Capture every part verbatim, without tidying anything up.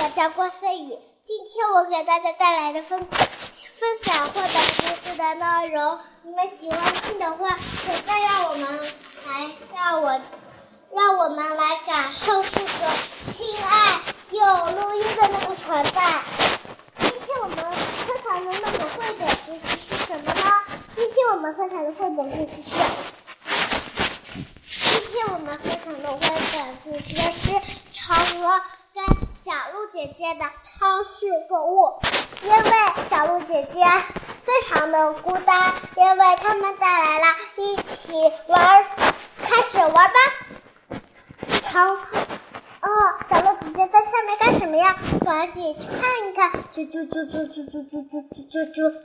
我叫郭思雨，今天我给大家带来的分分享绘本故事的内容，你们喜欢听的话，请再让我们来让我让我们来感受这个亲爱又录音的那个传带。今天我们分享的那个绘本故事是什么呢？今天我们分享的绘本故事是，今天我们分享的绘本故事是嫦娥跟小鹿姐姐的超市购物。因为小鹿姐姐非常的孤单，因为他们带来了一起玩，开始玩吧。长哦，小鹿姐姐在下面干什么呀？赶紧去看一看。啾啾啾啾啾啾啾啾啾啾啾。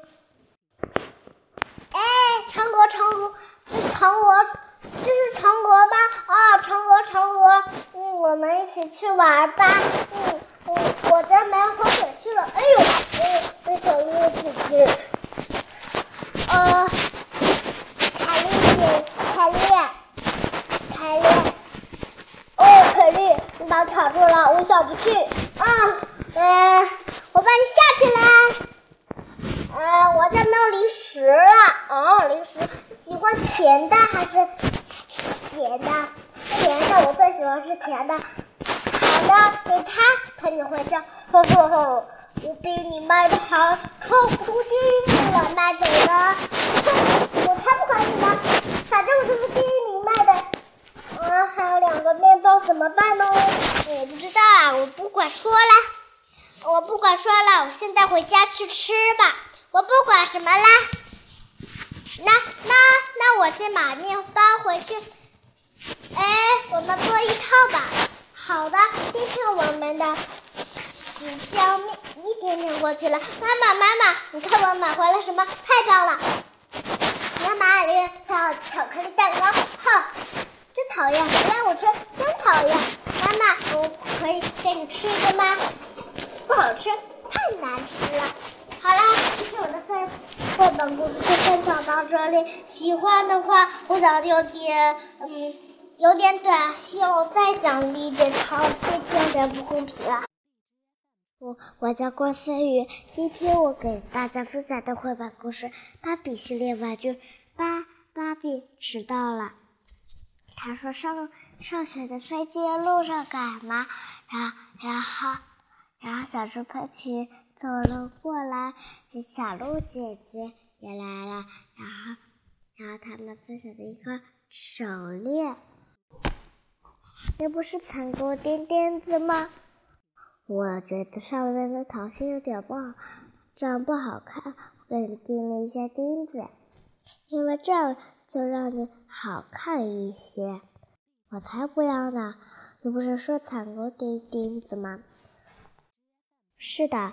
哎，嫦娥嫦娥，这是嫦娥，这是嫦娥吧？啊，嫦娥嫦娥，嗯，我们一起去玩吧。嗯嗯，我这没有喝水去了。哎呦，哎呦，小鹿姐姐，呃，凯莉姐，凯莉，凯莉，哦，凯莉，你把我卡住了，我下不去。啊，呃，我把你下去了。呃，我这没有零食了。哦，零食喜欢甜的还是咸的？甜的，我最喜欢吃甜的。好的，给他，他也会叫，呵呵呵，我比你卖的好，超不多第一名了，卖走了。我才不管你呢，反正我就是第一名卖的。啊，还有两个面包怎么办呢？我不知道啊，我不管说了，我不管说了，我现在回家去吃吧。我不管什么啦，那那那我先把面包回去。哎，我们做一套吧。好的，今天我们的时间一点点过去了。妈妈妈妈，你看我买回来什么？太棒了！妈妈，你小巧克力蛋糕，哼，真讨厌，不让我吃，真讨厌。妈妈，我可以给你吃一个吗？不好吃，太难吃了。好啦，今天我的分绘本故事就分享到这里。喜欢的话，我讲的有点嗯有点短，希望我再讲一点长，这有点不公平啊。我我叫郭思雨，今天我给大家分享的绘本故事《芭比系列玩具》。芭芭比迟到了，他说上上学的飞机路上赶嘛，然然后然后小猪佩奇走了过来，小鹿姐姐也来了，然后然后他们分享的一个手链，那不是蚕钩钉钉子吗？我觉得上面的桃心有点不好，这样不好看，我给你钉了一些钉子，因为这样就让你好看一些。我才不要呢！你不是说蚕钩钉钉子吗？是的。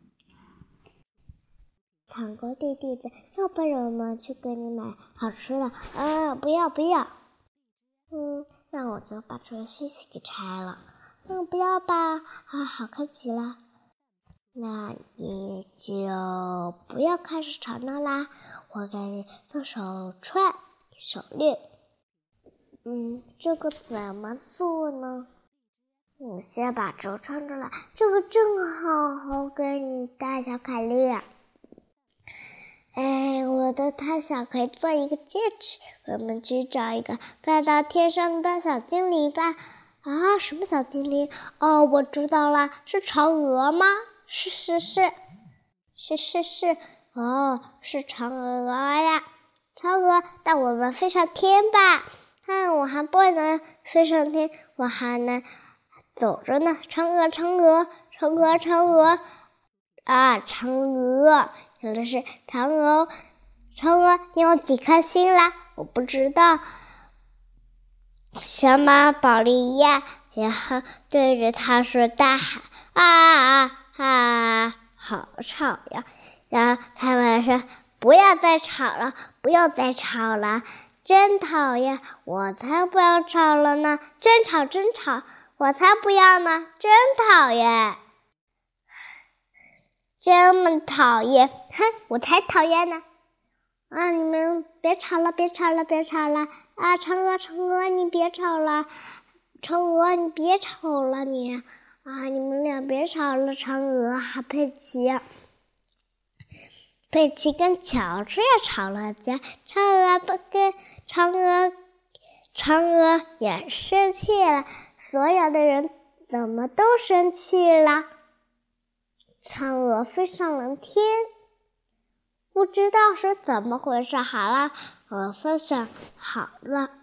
蚕钩钉钉子，要不然我们去给你买好吃的。啊，不要不要。嗯，那我就把这个星星给拆了。嗯，不要吧，啊，好看极了。那你就不要开始吵闹啦，我给你做手串、手链。嗯，这个怎么做呢？我先把这个穿出来，这个正好给你戴小凯莉。哎，我的太小，可以做一个戒指。我们去找一个飞到天上的小精灵吧。啊，什么小精灵？哦，我知道了，是嫦娥吗？是是是，是是是，哦，是嫦娥呀。嫦娥，带我们飞上天吧。嗯，我还不能飞上天，我还能走着呢。嫦娥，嫦娥，嫦娥，嫦娥。啊，嫦娥，原来是嫦娥。嫦娥，你有几颗星啦？我不知道。小马宝莉亚，然后对着他说大喊啊啊啊，好吵呀！然后他们说不要再吵了，不要再吵了，真讨厌！我才不要吵了呢，真吵真吵！我才不要呢，真讨厌！这么讨厌，哼，我才讨厌呢！啊，你们别吵了，别吵了，别吵了！啊，嫦娥，嫦娥，你别吵了！嫦娥，你别吵了你！ 啊，你们俩别吵了，嫦娥和佩奇。佩奇跟乔治也吵了架，嫦娥不跟嫦娥，嫦娥也生气了。所有的人怎么都生气了？嫦娥飞上了天，不知道是怎么回事。好了，我分享好了。